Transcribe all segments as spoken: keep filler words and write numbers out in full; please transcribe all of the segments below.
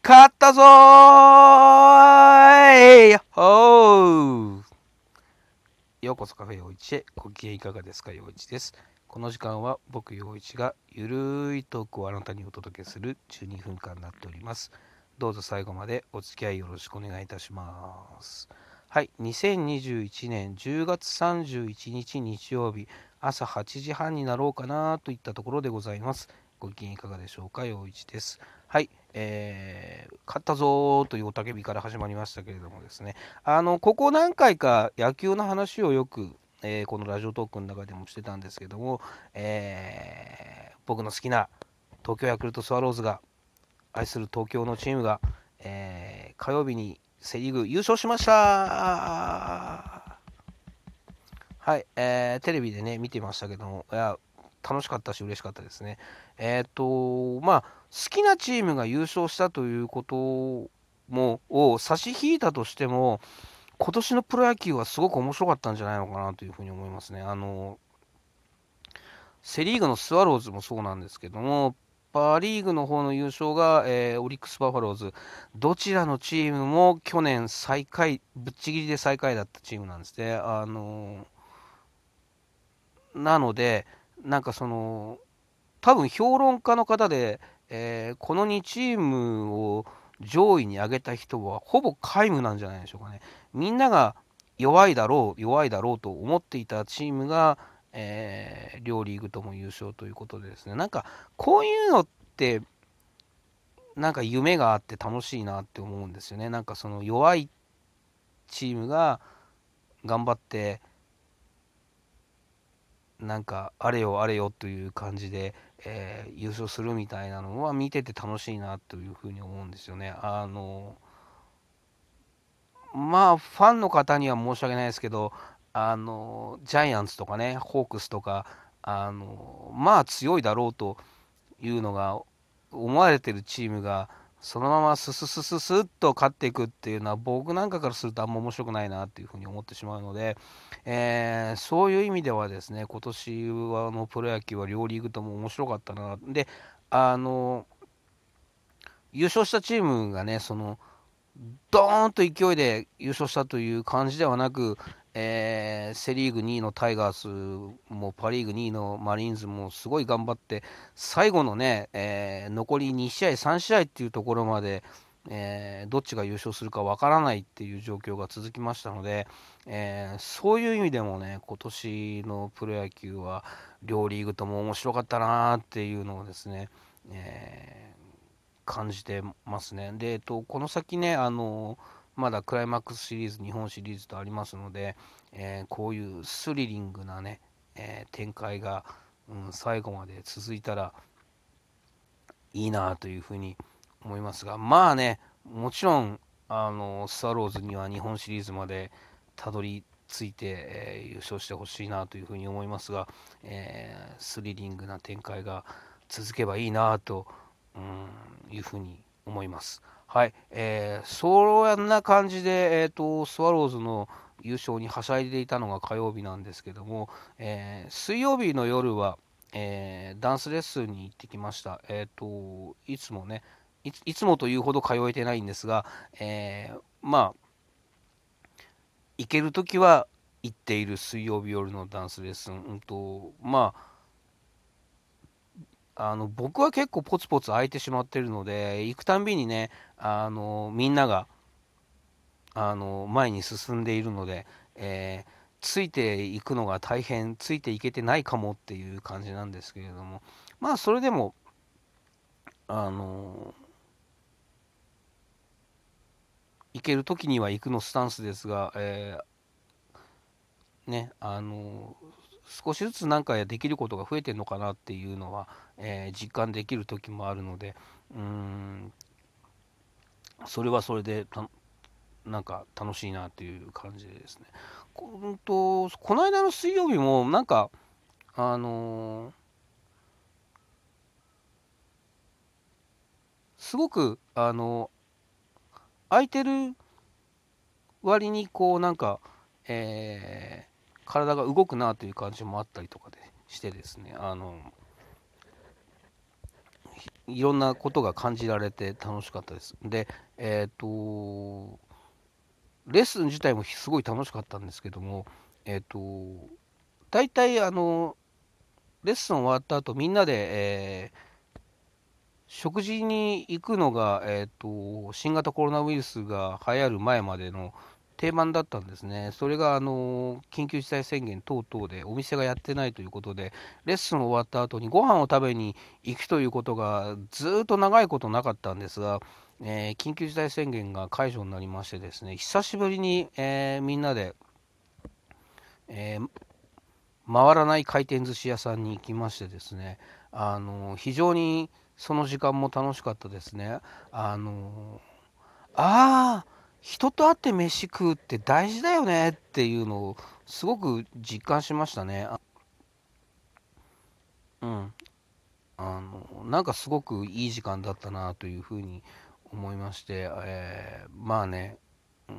勝ったぞーいほー。ようこそカフェ陽一へ。ご機嫌いかがですか？陽一です。この時間は僕陽一がゆるいトークをあなたにお届けするじゅうにふんかんになっております。どうぞ最後までお付き合いよろしくお願いいたします。はい、にせんにじゅういちねんじゅうがつさんじゅういちにち日曜日、朝はちじはんになろうかなといったところでございます。ご機嫌いかがでしょうか？陽一です。はい、えー、勝ったぞーというおたけびから始まりましたけれどもですね、あの、ここ何回か野球の話をよく、えーこのラジオトークの中でもしてたんですけども、えー僕の好きな東京ヤクルトスワローズが、愛する東京のチームが、えー火曜日にセ・リーグ優勝しました。はい、えーテレビでね、見てましたけども、いや、楽しかったし、嬉しかったですね。えっと、まあ、好きなチームが優勝したということも、を差し引いたとしても、今年のプロ野球はすごく面白かったんじゃないのかなというふうに思いますね。あの、セ・リーグのスワローズもそうなんですけども、パ・リーグの方の優勝が、えーオリックス・バファローズ、どちらのチームも去年最下位、ぶっちぎりで最下位だったチームなんですね。あのなので、なんかその、多分評論家の方で、えーこのにチームを上位に上げた人はほぼ皆無なんじゃないでしょうかね。みんなが弱いだろう、弱いだろうと思っていたチームが、えー両リーグとも優勝ということでですね、なんかこういうのってなんか夢があって楽しいなって思うんですよね。なんかその弱いチームが頑張ってなんかあれよあれよという感じで、えー優勝するみたいなのは見てて楽しいなというふうに思うんですよね。あのまあファンの方には申し訳ないですけど、あのジャイアンツとかね、ホークスとか、あのまあ強いだろうというのが思われてるチームがそのままスススススッと勝っていくっていうのは僕なんかからするとあんま面白くないなっていうふうに思ってしまうので、えーそういう意味ではですね、今年はのプロ野球は両リーグとも面白かったな。で、あの優勝したチームがね、そのドーンと勢いで優勝したという感じではなく、えーセ・リーグにいのタイガースもパ・リーグにいのマリーンズもすごい頑張って、最後のね、えー残りに試合、さん試合っていうところまで、えーどっちが優勝するかわからないっていう状況が続きましたので、えーそういう意味でもね、今年のプロ野球は両リーグとも面白かったなっていうのをですね、えー感じてますね。で、えっと、この先ね、あの、まだクライマックスシリーズ、日本シリーズとありますので、えーこういうスリリングなね、えー展開が、うん、最後まで続いたらいいなというふうに思いますが、まあね、もちろん、あの、スワローズには日本シリーズまでたどり着いて、えー優勝してほしいなというふうに思いますが、えースリリングな展開が続けばいいなと、うん、いうふうに思います。はい、えー、そんな感じで、えーと、スワローズの優勝にはしゃいでいたのが火曜日なんですけども、えー水曜日の夜は、えーダンスレッスンに行ってきました。えっと、いつもね、いついつもというほど通えてないんですが、えーまあ、行けるときは行っている水曜日夜のダンスレッスン。うんと、まあ、あの、僕は結構ポツポツ空いてしまっているので、行くたんびにね、あの、みんなが、あの、前に進んでいるので、えーついていくのが大変、ついていけてないかもっていう感じなんですけれども、まあ、それでも、あの行ける時には行くのスタンスですが、えーね、あの少しずつなんかできることが増えてるのかなっていうのは、えー実感できる時もあるので、うーん、それはそれでたなんか楽しいなっていう感じですね。こ、うんと、この間の水曜日もなんか、あのすごく、あの空いてる割にこうなんか、えー体が動くなという感じもあったりとかでしてですね、あのいろんなことが感じられて楽しかったです。で、えっと、レッスン自体もすごい楽しかったんですけども、えっと、大体あの、レッスン終わった後、みんなで、えー食事に行くのが、えっと、新型コロナウイルスが流行る前までの定番だったんですね。それが、あの、緊急事態宣言等々でお店がやってないということで、レッスン終わった後にご飯を食べに行くということがずっと長いことなかったんですが、えー緊急事態宣言が解除になりましてですね、久しぶりに、えーみんなで、えー回らない回転寿司屋さんに行きましてですね、あの非常にその時間も楽しかったですね。あのああ人と会って飯食うって大事だよねっていうのをすごく実感しましたね。あうん、あのなんかすごくいい時間だったなというふうに思いまして、えーまあね、うん、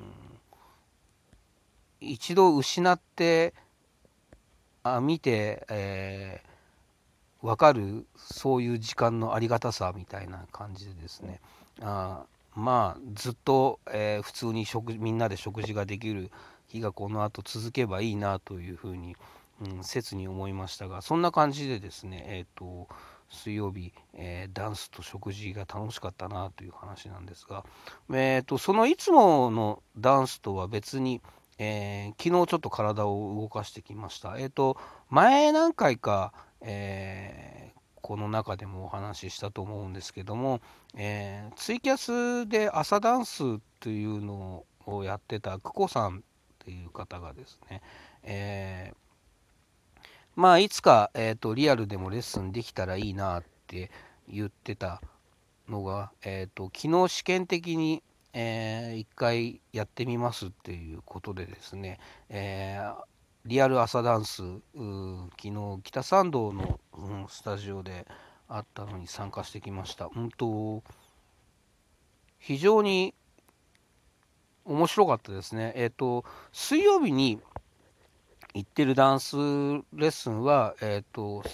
一度失ってあ見て、えー分かるそういう時間のありがたさみたいな感じでですね、あまあずっと、えー普通に食みんなで食事ができる日がこの後続けばいいなというふうに、うん、切に思いましたが、そんな感じでですね、えっ、と水曜日、えーダンスと食事が楽しかったなという話なんですが、えー、とそのいつものダンスとは別に、えー昨日ちょっと体を動かしてきました。えっ、と前何回かえーこの中でもお話ししたと思うんですけども、えーツイキャスで朝ダンスというのをやってたクコさんっていう方がですね、えーまあいつか、えーとリアルでもレッスンできたらいいなって言ってたのが、えーと昨日試験的に、えー一回やってみますっていうことでですね、えーリアル朝ダンス、うー昨日北参道の、うんスタジオであったのに参加してきました。うんと非常に面白かったですね。えっ、と水曜日に行ってるダンスレッスンは、えっ、と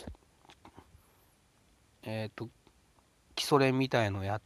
えっ、と基礎練みたいのをやって、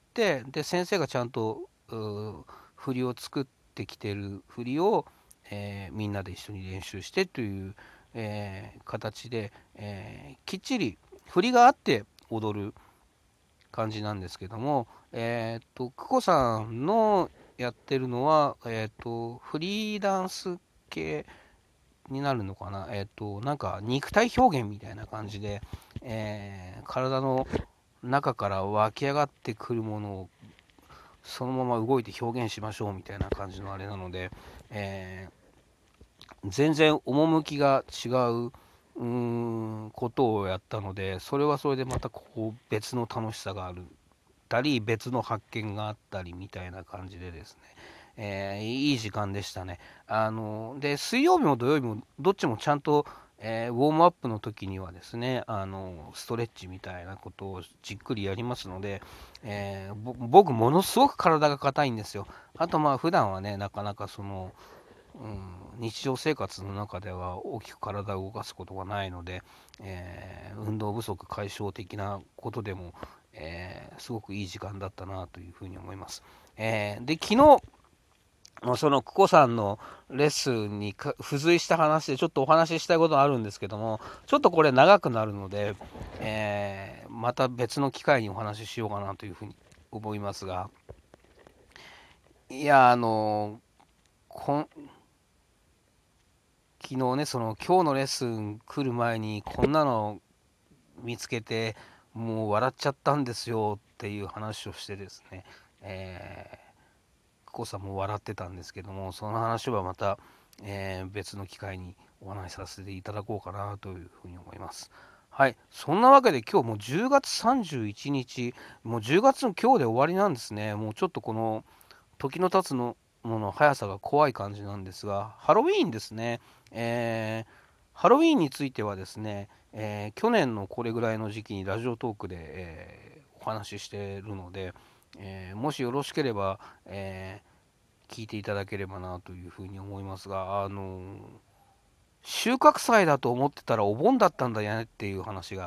で先生がちゃんとう振りを作ってきてる振りを、えーみんなで一緒に練習してという、えー形で、えーきっちり振りがあって踊る感じなんですけども、えっ、と久保さんのやってるのは、えっ、とフリーダンス系になるのかな、えっ、となんか肉体表現みたいな感じで、えー体の中から湧き上がってくるものをそのまま動いて表現しましょうみたいな感じのあれなので、えー全然趣が違ううーんことをやったので、それはそれでまたこう別の楽しさがあるたり別の発見があったりみたいな感じでですね、えーいい時間でしたね。あので水曜日も土曜日もどっちもちゃんと、えーウォームアップの時にはですね、あのストレッチみたいなことをじっくりやりますので、えーぼ僕ものすごく体が硬いんですよ。あとまあ普段はねなかなかその、うん、日常生活の中では大きく体を動かすことがないので、えー運動不足解消的なことでも、えーすごくいい時間だったなというふうに思います。えーで昨日そのクコさんのレッスンにか付随した話でちょっとお話ししたいことがあるんですけども、ちょっとこれ長くなるので、えーまた別の機会にお話ししようかなというふうに思いますが、いやあのこん昨日ねその今日のレッスン来る前にこんなの見つけてもう笑っちゃったんですよっていう話をしてですね、えー、コさんも笑ってたんですけども、その話はまた、えー別の機会にお話しさせていただこうかなというふうに思います。はい、そんなわけで今日もうじゅうがつさんじゅういちにち、もうじゅうがつの今日で終わりなんですね。もうちょっとこの時の経つののの速さが怖い感じなんですが、ハロウィーンですね。えーハロウィーンについてはですね、えー去年のこれぐらいの時期にラジオトークで、えーお話ししているので、えーもしよろしければ、えー聞いていただければなというふうに思いますが、あのー収穫祭だと思ってたらお盆だったんだよねっていう話が、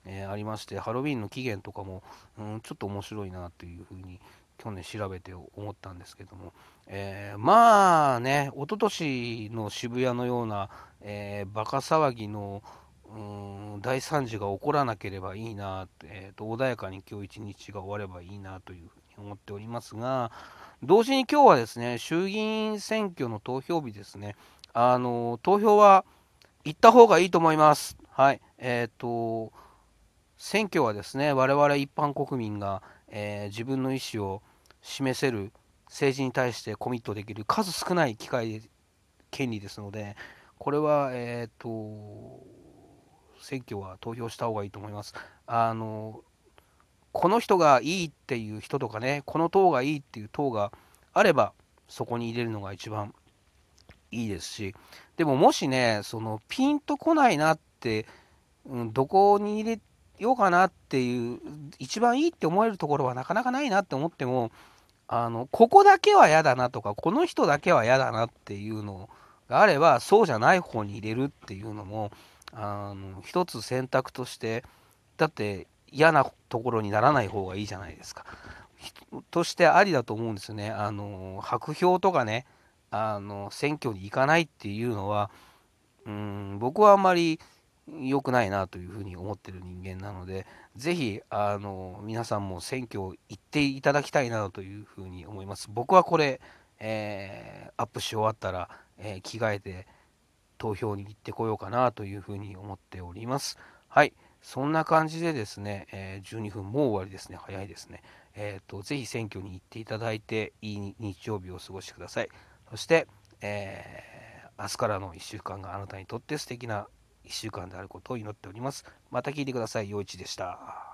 えーありまして、ハロウィンの起源とかも、うん、ちょっと面白いなというふうに去年調べて思ったんですけども、えーまあね、一昨年の渋谷のような、えーバカ騒ぎの、うん、大惨事が起こらなければいいなって、えーと、穏やかに今日一日が終わればいいなというふうに思っておりますが、同時に今日はですね、衆議院選挙の投票日ですね。あの投票は行った方がいいと思います。はい。えっと、選挙はですね、我々一般国民が、えー自分の意思を示せる、政治に対してコミットできる数少ない機会、権利ですので、これは、えっと、選挙は投票した方がいいと思います。あの、この人がいいっていう人とかね、この党がいいっていう党があれば、そこに入れるのが一番いいですし、でももしね、そのピンとこないなって、うん、どこに入れようかなっていう、一番いいって思えるところはなかなかないなって思っても、あの、ここだけは嫌だなとか、この人だけは嫌だなっていうのがあれば、そうじゃない方に入れるっていうのも、あの、一つ選択として、だって嫌なところにならない方がいいじゃないですか。としてありだと思うんですよね。あの、白票とかね、あの、選挙に行かないっていうのは、うん、僕はあんまり良くないなというふうに思ってる人間なので、ぜひ、あの、皆さんも選挙行っていただきたいなというふうに思います。僕はこれ、えーアップし終わったら、えー着替えて投票に行ってこようかなというふうに思っております。はい。そんな感じでですね、えーじゅうにふんもう終わりですね。早いですね。えっと、ぜひ選挙に行っていただいて、いい日曜日をお過ごしください。そして、えー明日からのいっしゅうかんがあなたにとって素敵ないっしゅうかんであることを祈っております。また聞いてください。陽一でした。